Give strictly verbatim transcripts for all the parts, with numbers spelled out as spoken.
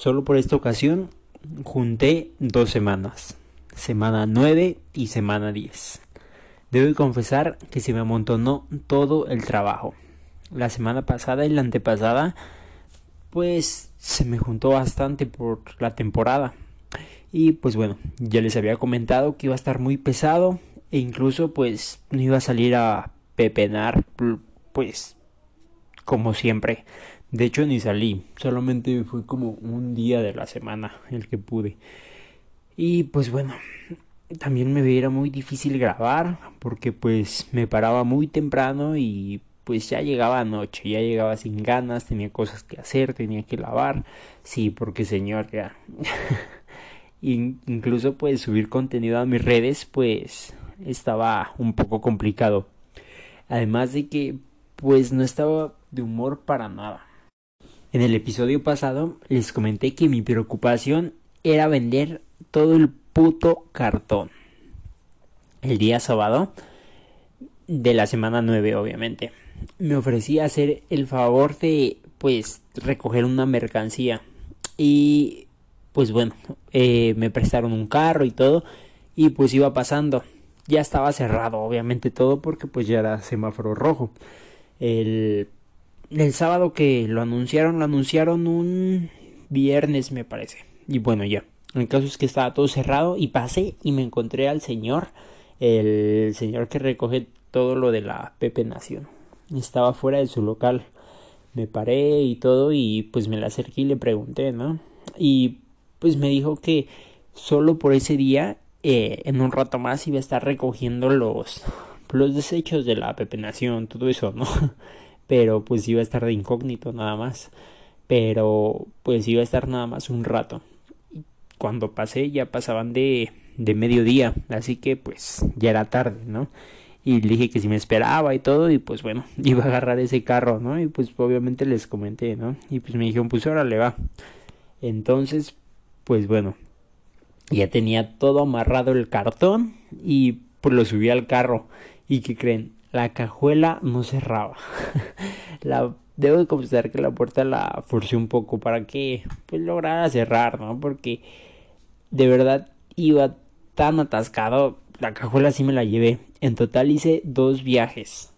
solo por esta ocasión junté dos semanas, semana nueve y semana diez. Debo confesar que se me amontonó todo el trabajo. La semana pasada y la antepasada pues se me juntó bastante por la temporada. Y pues bueno, ya les había comentado que iba a estar muy pesado e incluso pues no iba a salir a pepenar pues como siempre. De hecho ni salí, solamente fue como un día de la semana el que pude. Y pues bueno, también me era muy difícil grabar porque pues me paraba muy temprano y pues ya llegaba anoche, ya llegaba sin ganas, tenía cosas que hacer, tenía que lavar. Sí, porque señor, ya. Incluso pues subir contenido a mis redes pues estaba un poco complicado. Además de que pues no estaba de humor para nada. En el episodio pasado les comenté que mi preocupación era vender todo el puto cartón. El día sábado de la semana nueve, obviamente, me ofrecí a hacer el favor de pues recoger una mercancía. Y pues bueno, eh, me prestaron un carro y todo. Y pues iba pasando. Ya estaba cerrado, obviamente, todo porque pues ya era semáforo rojo. El, el sábado que lo anunciaron, lo anunciaron un viernes, me parece. Y bueno, ya. El caso es que estaba todo cerrado y pasé y me encontré al señor, el señor que recoge todo lo de la Pepe Nación. Estaba fuera de su local. Me paré y todo y pues me la acerqué y le pregunté, ¿no? Y pues me dijo que solo por ese día, eh, en un rato más iba a estar recogiendo los, los desechos de la Pepe Nación, todo eso, ¿no? Pero pues iba a estar de incógnito nada más. Pero pues iba a estar nada más un rato. Y cuando pasé ya pasaban de, de mediodía, así que pues ya era tarde, ¿no? Y le dije que si me esperaba y todo, y pues bueno, iba a agarrar ese carro, ¿no? Y pues obviamente les comenté, ¿no? Y pues me dijeron, pues órale, va. Entonces, pues bueno, ya tenía todo amarrado el cartón y pues lo subí al carro. ¿Y qué creen? La cajuela no cerraba. la, debo de confesar que la puerta la forcé un poco para que pues lograra cerrar, ¿no? Porque de verdad iba tan atascado. La cajuela sí me la llevé. En total hice dos viajes.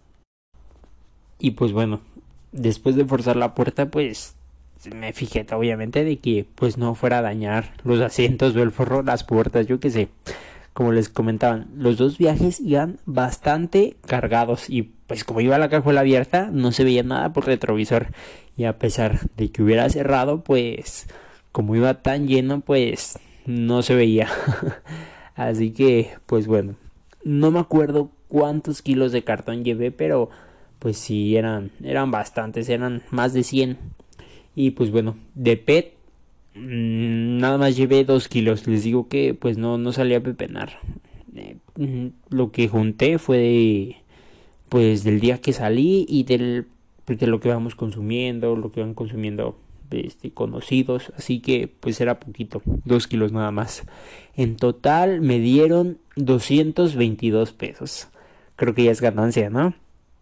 Y pues bueno, después de forzar la puerta, pues me fijé obviamente de que pues no fuera a dañar los asientos o el forro, las puertas, yo qué sé. Como les comentaban, los dos viajes iban bastante cargados y pues como iba la cajuela abierta no se veía nada por retrovisor. Y a pesar de que hubiera cerrado, pues como iba tan lleno, pues no se veía. Así que, pues bueno, no me acuerdo cuántos kilos de cartón llevé, pero pues sí, eran, eran bastantes, eran más de cien. Y pues bueno, de P E T, mmm, nada más llevé dos kilos. Les digo que pues no, no salí a pepenar. Eh, lo que junté fue de, pues del día que salí y del, pues, de lo que vamos consumiendo, lo que van consumiendo Este, conocidos, así que pues era poquito, dos kilos nada más. En total me dieron doscientos veintidós pesos. Creo que ya es ganancia, ¿no?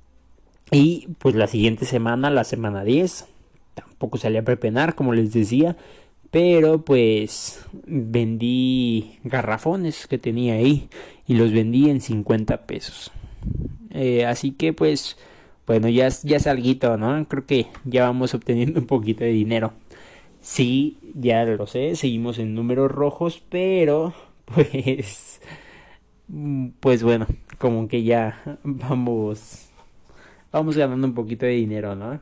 Y pues la siguiente semana, la semana diez, tampoco salí a prepenar, como les decía, pero pues vendí garrafones que tenía ahí y los vendí en cincuenta pesos. Eh, así que pues bueno, ya, ya es alguito, ¿no? Creo que ya vamos obteniendo un poquito de dinero. Sí, ya lo sé, seguimos en números rojos, pero pues pues bueno, como que ya vamos vamos ganando un poquito de dinero, ¿no?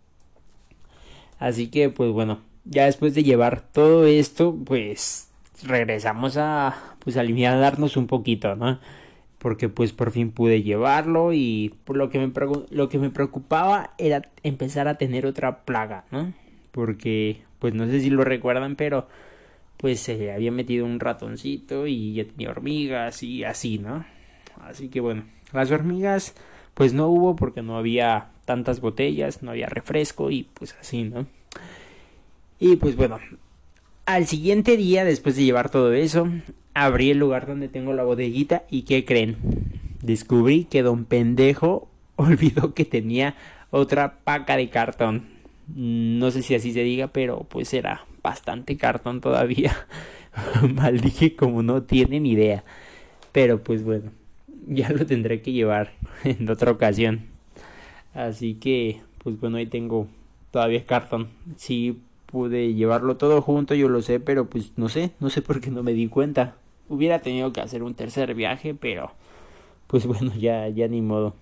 Así que pues bueno, ya después de llevar todo esto, pues regresamos a pues a aliviarnos un poquito, ¿no? Porque pues por fin pude llevarlo y por lo que me lo que me preocupaba era empezar a tener otra plaga, ¿no? Porque pues no sé si lo recuerdan, pero pues se había metido un ratoncito y ya tenía hormigas y así, ¿no? Así que bueno, las hormigas pues no hubo porque no había tantas botellas, no había refresco y pues así, ¿no? Y pues bueno, al siguiente día, después de llevar todo eso, abrí el lugar donde tengo la bodeguita y ¿qué creen? Descubrí que don pendejo olvidó que tenía otra paca de cartón. No sé si así se diga, pero pues era bastante cartón todavía. Maldije como no tienen idea. Pero pues bueno, ya lo tendré que llevar en otra ocasión. Así que, pues bueno, ahí tengo todavía cartón. Sí pude llevarlo todo junto, yo lo sé, pero pues no sé, no sé por qué no me di cuenta. Hubiera tenido que hacer un tercer viaje, pero pues bueno, ya, ya ni modo.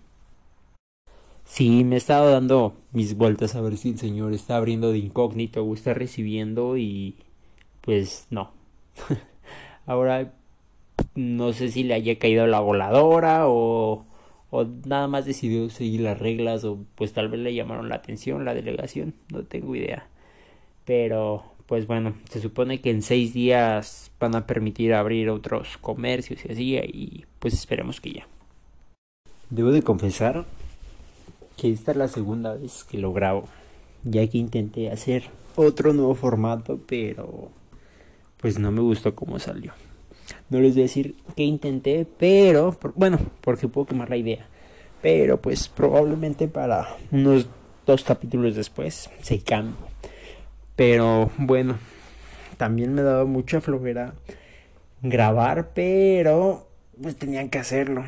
Sí, me he estado dando mis vueltas a ver si el señor está abriendo de incógnito o está recibiendo y pues no. Ahora no sé si le haya caído la voladora o, o nada más decidió seguir las reglas o pues tal vez le llamaron la atención la delegación, no tengo idea. Pero pues bueno, se supone que en seis días van a permitir abrir otros comercios y así y pues esperemos que ya. Debo de confesar que esta es la segunda vez que lo grabo, ya que intenté hacer otro nuevo formato, pero pues no me gustó cómo salió. No les voy a decir que intenté, pero por, bueno, porque puedo quemar la idea. Pero pues probablemente para unos dos capítulos después se cambie. Pero bueno, también me daba mucha flojera grabar, pero pues tenían que hacerlo.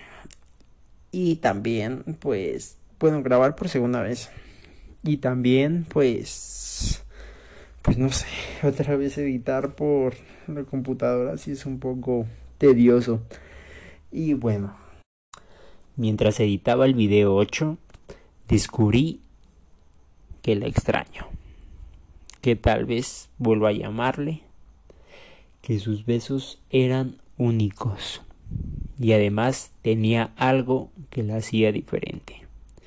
Y también pues, bueno, grabar por segunda vez. Y también pues, pues no sé, otra vez editar por la computadora sí es un poco tedioso. Y bueno, mientras editaba el video ocho, descubrí que la extraño, que tal vez vuelva a llamarle, que sus besos eran únicos y además tenía algo que la hacía diferente.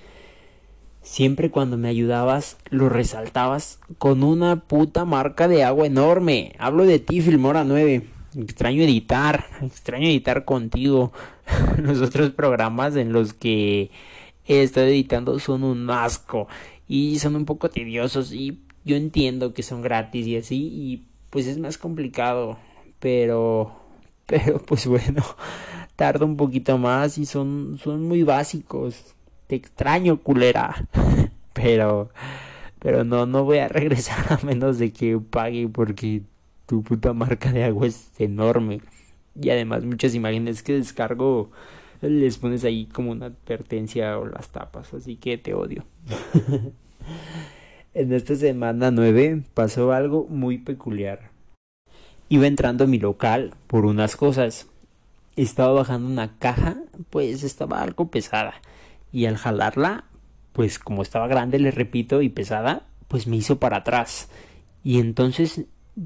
Siempre cuando me ayudabas lo resaltabas con una puta marca de agua enorme. Hablo de ti, Filmora nueve. Extraño editar, extraño editar contigo. Los otros programas en los que he estado editando son un asco y son un poco tediosos y yo entiendo que son gratis y así y pues es más complicado, pero pero pues bueno, tarda un poquito más y son son muy básicos. Te extraño, culera. Pero pero no no voy a regresar a menos de que pague porque tu puta marca de agua es enorme. Y además muchas imágenes que descargo les pones ahí como una advertencia o las tapas, así que te odio. En esta semana nueve pasó algo muy peculiar. Iba entrando a mi local por unas cosas. Estaba bajando una caja, pues estaba algo pesada. Y al jalarla, pues como estaba grande, le repito, y pesada, pues me hizo para atrás. Y entonces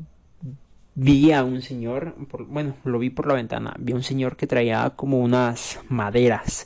vi a un señor, por, bueno, lo vi por la ventana, vi a un señor que traía como unas maderas.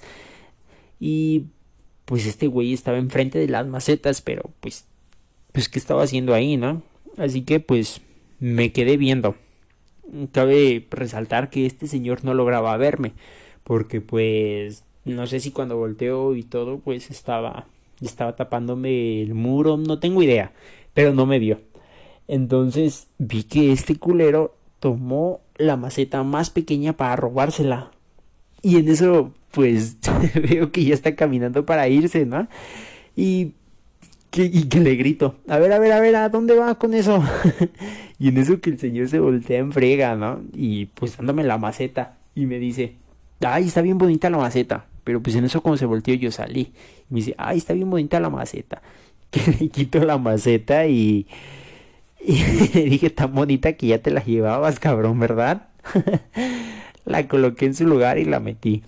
Y pues este güey estaba enfrente de las macetas, pero pues, pues ¿qué estaba haciendo ahí, no? Así que pues me quedé viendo. Cabe resaltar que este señor no lograba verme, porque pues no sé si cuando volteó y todo, pues estaba, estaba tapándome el muro, no tengo idea, pero no me vio. Entonces vi que este culero tomó la maceta más pequeña para robársela. Y en eso, pues, veo que ya está caminando para irse, ¿no? Y que, y que le grito, a ver, a ver, a ver, ¿a dónde va con eso? Y en eso que el señor se voltea en frega, ¿no? Y pues dándome la maceta. Y me dice, ay, está bien bonita la maceta. Pero pues en eso como se volteó yo salí. Y me dice, ay, está bien bonita la maceta. Que le quito la maceta y... Y le dije, tan bonita que ya te la llevabas, cabrón, ¿verdad? La coloqué en su lugar y la metí.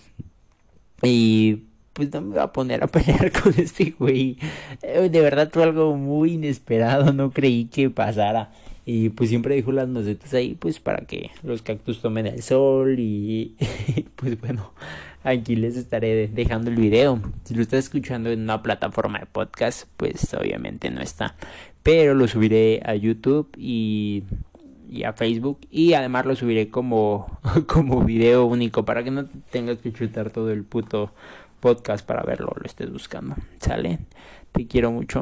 Y pues no me iba a poner a pelear con este güey. Eh, De verdad fue algo muy inesperado, no creí que pasara. Y pues siempre dejo las macetas ahí pues para que los cactus tomen el sol y pues bueno, aquí les estaré dejando el video. Si lo estás escuchando en una plataforma de podcast, pues obviamente no está. Pero lo subiré a YouTube y, y a Facebook y además lo subiré como, como video único para que no tengas que chutar todo el puto podcast para verlo, lo estés buscando. ¿Sale? Te quiero mucho.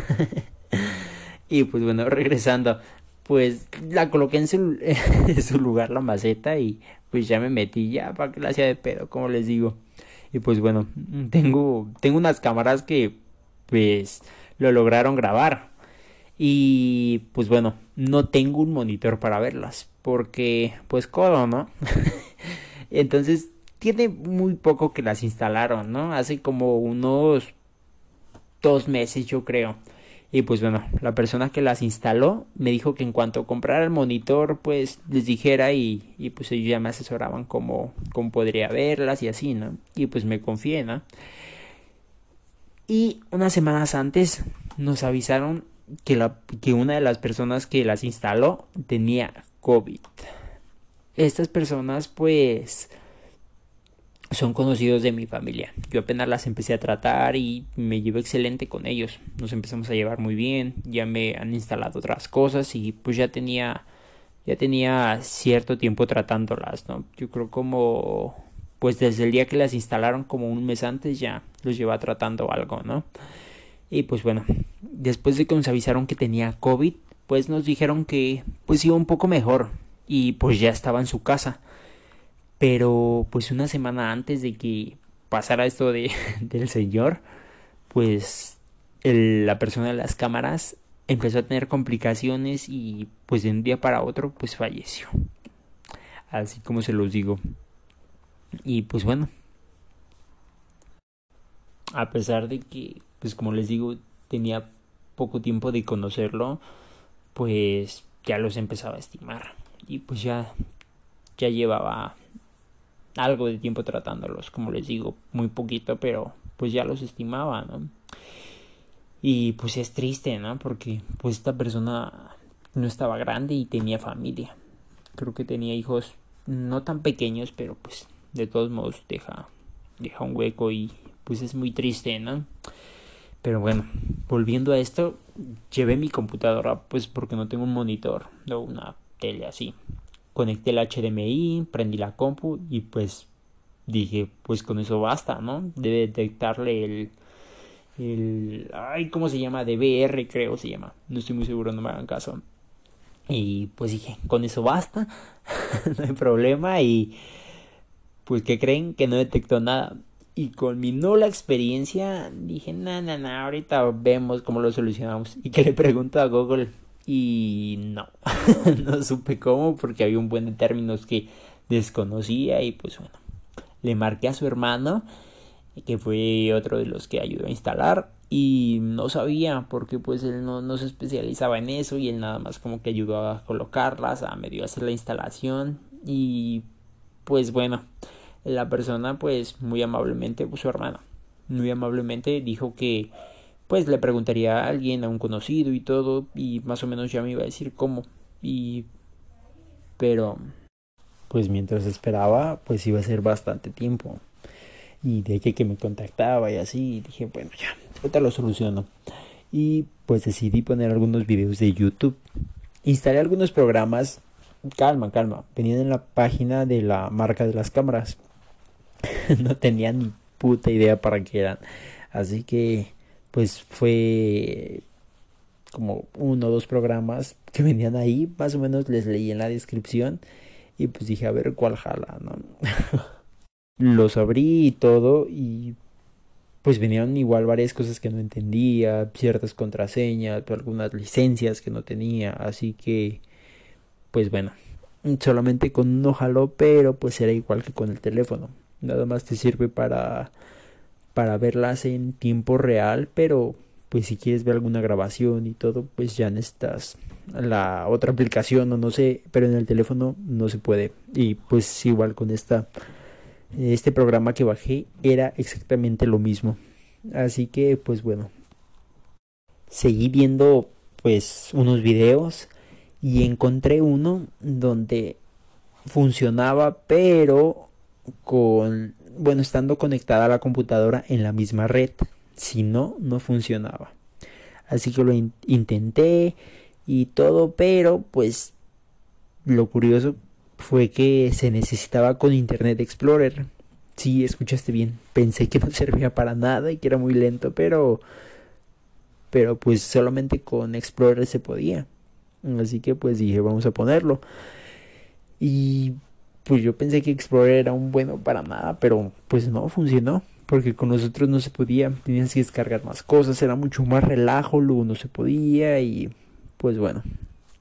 Y pues bueno, regresando, pues la coloqué en su, en su lugar la maceta y pues ya me metí ya para que la hacía de pedo, como les digo. Y pues bueno, tengo, tengo unas cámaras que pues lo lograron grabar. Y pues bueno, no tengo un monitor para verlas, porque pues codo, ¿no? Entonces tiene muy poco que las instalaron, ¿no? Hace como unos dos meses yo creo. Y pues bueno, la persona que las instaló me dijo que en cuanto comprara el monitor, pues les dijera y, y pues ellos ya me asesoraban cómo, cómo podría verlas y así, ¿no? Y pues me confié, ¿no? Y unas semanas antes nos avisaron que, la, que una de las personas que las instaló tenía COVID. Estas personas pues son conocidos de mi familia. Yo apenas las empecé a tratar y me llevo excelente con ellos. Nos empezamos a llevar muy bien. Ya me han instalado otras cosas y pues ya tenía ya tenía cierto tiempo tratándolas, ¿no? Yo creo como pues desde el día que las instalaron como un mes antes ya los lleva tratando algo, ¿no? Y pues bueno, después de que nos avisaron que tenía COVID, pues nos dijeron que pues iba un poco mejor y pues ya estaba en su casa. Pero pues una semana antes de que pasara esto de, del señor, pues el, la persona de las cámaras empezó a tener complicaciones y pues de un día para otro pues falleció. Así como se los digo. Y pues bueno, a pesar de que pues como les digo tenía poco tiempo de conocerlo, pues ya los empezaba a estimar. Y pues ya, ya llevaba algo de tiempo tratándolos, como les digo, muy poquito, pero pues ya los estimaba, ¿no? Y pues es triste, ¿no? Porque pues esta persona no estaba grande y tenía familia. Creo que tenía hijos no tan pequeños, pero pues de todos modos deja, deja un hueco y pues es muy triste, ¿no? Pero bueno, volviendo a esto, llevé mi computadora pues porque no tengo un monitor o una tele así. Conecté el H D M I, prendí la compu y pues dije, pues con eso basta, ¿no? Debe detectarle el, el, ay, ¿cómo se llama? D V R creo se llama. No estoy muy seguro, no me hagan caso. Y pues dije, con eso basta, no hay problema. Y pues, ¿qué creen? Que no detectó nada. Y con mi nula experiencia dije, no, no, no, ahorita vemos cómo lo solucionamos. Y que le pregunto a Google. Y no, no supe cómo porque había un buen de términos que desconocía. Y pues bueno, le marqué a su hermano, que fue otro de los que ayudó a instalar. Y no sabía porque pues él no, no se especializaba en eso. Y él nada más como que ayudó a colocarlas, a medio hacer la instalación. Y pues bueno, la persona pues muy amablemente, pues su hermana, muy amablemente dijo que pues le preguntaría a alguien, a un conocido y todo, y más o menos ya me iba a decir cómo. Y pero pues mientras esperaba pues iba a ser bastante tiempo y de que, que me contactaba y así, y dije bueno ya, ahorita lo soluciono. Y pues decidí poner algunos videos de YouTube. Instalé algunos programas. Calma, calma, venían en la página de la marca de las cámaras. No tenía ni puta idea para qué eran. Así que pues fue como uno o dos programas que venían ahí. Más o menos les leí en la descripción. Y pues dije a ver cuál jala, ¿no? Los abrí y todo. Y pues venían igual varias cosas que no entendía. Ciertas contraseñas, algunas licencias que no tenía. Así que pues bueno, solamente con uno jaló, pero pues era igual que con el teléfono. Nada más te sirve para para verlas en tiempo real, pero pues si quieres ver alguna grabación y todo, pues ya necesitas la otra aplicación o no sé, pero en el teléfono no se puede. Y pues igual con esta este programa que bajé era exactamente lo mismo. Así que pues bueno, seguí viendo pues unos videos y encontré uno donde funcionaba, pero con, bueno, estando conectada a la computadora en la misma red. Si no, no funcionaba. Así que lo in- intenté y todo, pero pues lo curioso fue que se necesitaba con Internet Explorer. Sí, escuchaste bien. Pensé que no servía para nada y que era muy lento, pero pero pues solamente con Explorer se podía. Así que pues dije, vamos a ponerlo. Y pues yo pensé que Explorer era un bueno para nada, pero pues no funcionó. Porque con los otros no se podía, tenías que descargar más cosas, era mucho más relajo, luego no se podía y pues bueno.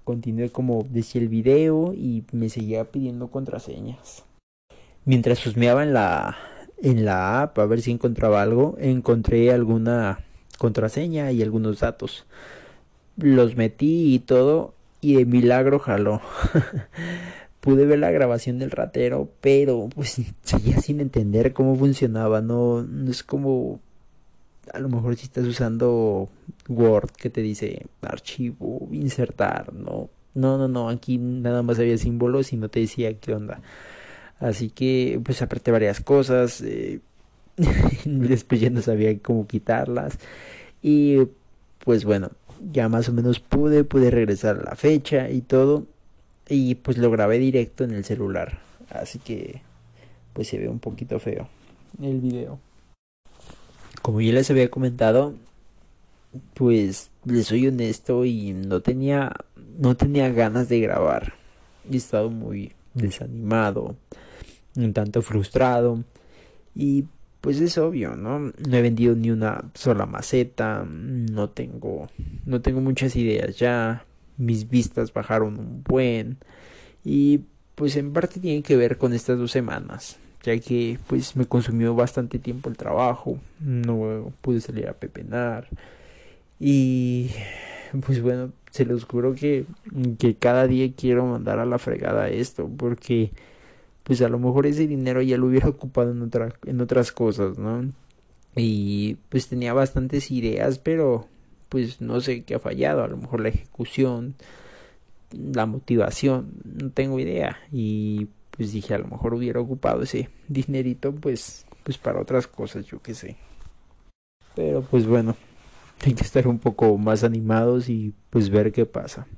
continué como decía el video y me seguía pidiendo contraseñas. Mientras husmeaba en la, en la app a ver si encontraba algo, encontré alguna contraseña y algunos datos. Los metí y todo y de milagro jaló. Pude ver la grabación del ratero, pero pues seguía sin entender cómo funcionaba. No, no es como a lo mejor si estás usando Word que te dice archivo, insertar, no. No, no, no, aquí nada más había símbolos y no te decía qué onda. Así que pues apreté varias cosas, eh, después ya no sabía cómo quitarlas y pues bueno, ya más o menos pude, pude regresar a la fecha y todo y pues lo grabé directo en el celular. Así que pues se ve un poquito feo el video. Como ya les había comentado, pues les soy honesto y no tenía no tenía ganas de grabar. He estado muy desanimado, un tanto frustrado y pues es obvio, ¿no? No he vendido ni una sola maceta, no tengo no tengo muchas ideas ya, mis vistas bajaron un buen y pues en parte tiene que ver con estas dos semanas, ya que pues me consumió bastante tiempo el trabajo, no pude salir a pepenar y pues bueno, se los juro que, que cada día quiero mandar a la fregada esto, porque pues a lo mejor ese dinero ya lo hubiera ocupado en, otra, en otras cosas, ¿no? Y pues tenía bastantes ideas, pero pues no sé qué ha fallado, a lo mejor la ejecución, la motivación, no tengo idea. Y pues dije, a lo mejor hubiera ocupado ese dinerito pues, pues para otras cosas, yo qué sé. Pero pues bueno, hay que estar un poco más animados y pues ver qué pasa.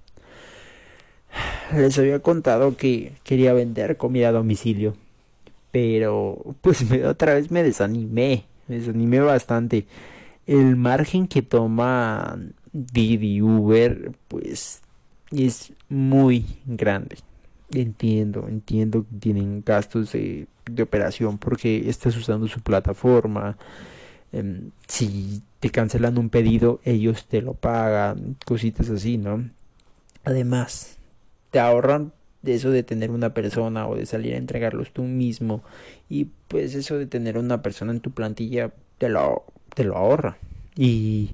Les había contado que quería vender comida a domicilio, pero pues me, otra vez me desanimé, me desanimé bastante. El margen que toma Didi Uber pues es muy grande. Entiendo, entiendo que tienen gastos de, de operación porque estás usando su plataforma. Um, si te cancelan un pedido, ellos te lo pagan, cositas así, ¿no? Además, te ahorran de eso de tener una persona o de salir a entregarlos tú mismo y pues eso de tener una persona en tu plantilla te lo, te lo ahorra y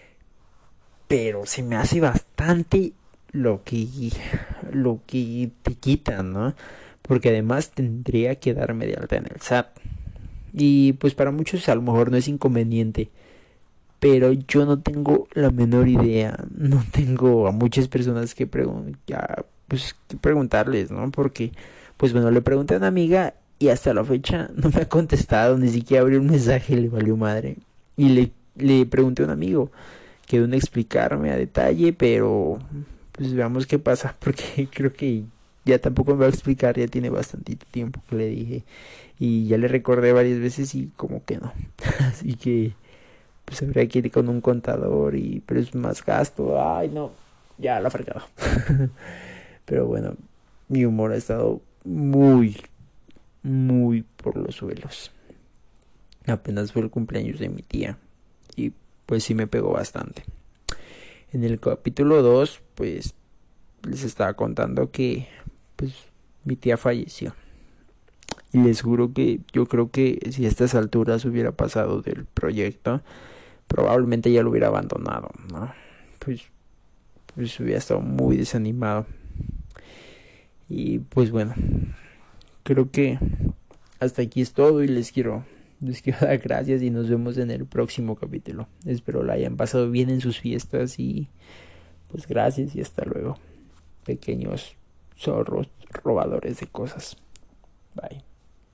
pero se me hace bastante lo que lo que te quitan, ¿no? Porque además tendría que darme de alta en el S A T y pues para muchos a lo mejor no es inconveniente, pero yo no tengo la menor idea, no tengo a muchas personas que preguntar, pues que preguntarles, ¿no? Porque pues bueno, le pregunté a una amiga y hasta la fecha no me ha contestado, ni siquiera abrió un mensaje, le valió madre. Y le, le pregunté a un amigo que un explicarme a detalle, pero pues veamos qué pasa, porque creo que ya tampoco me va a explicar, ya tiene bastante tiempo que le dije y ya le recordé varias veces y como que no. Así que pues habría que ir con un contador y pero es más gasto. Ay, no, ya la fregada. Pero bueno, mi humor ha estado muy, muy por los suelos. Apenas fue el cumpleaños de mi tía y pues sí me pegó bastante. En el capítulo dos, pues les estaba contando que pues mi tía falleció. Y les juro que yo creo que si a estas alturas hubiera pasado del proyecto, probablemente ya lo hubiera abandonado, ¿no? Pues, pues hubiera estado muy desanimado. Y pues bueno, creo que hasta aquí es todo y les quiero, les quiero dar gracias y nos vemos en el próximo capítulo. Espero la hayan pasado bien en sus fiestas y pues gracias y hasta luego. Pequeños zorros robadores de cosas. Bye.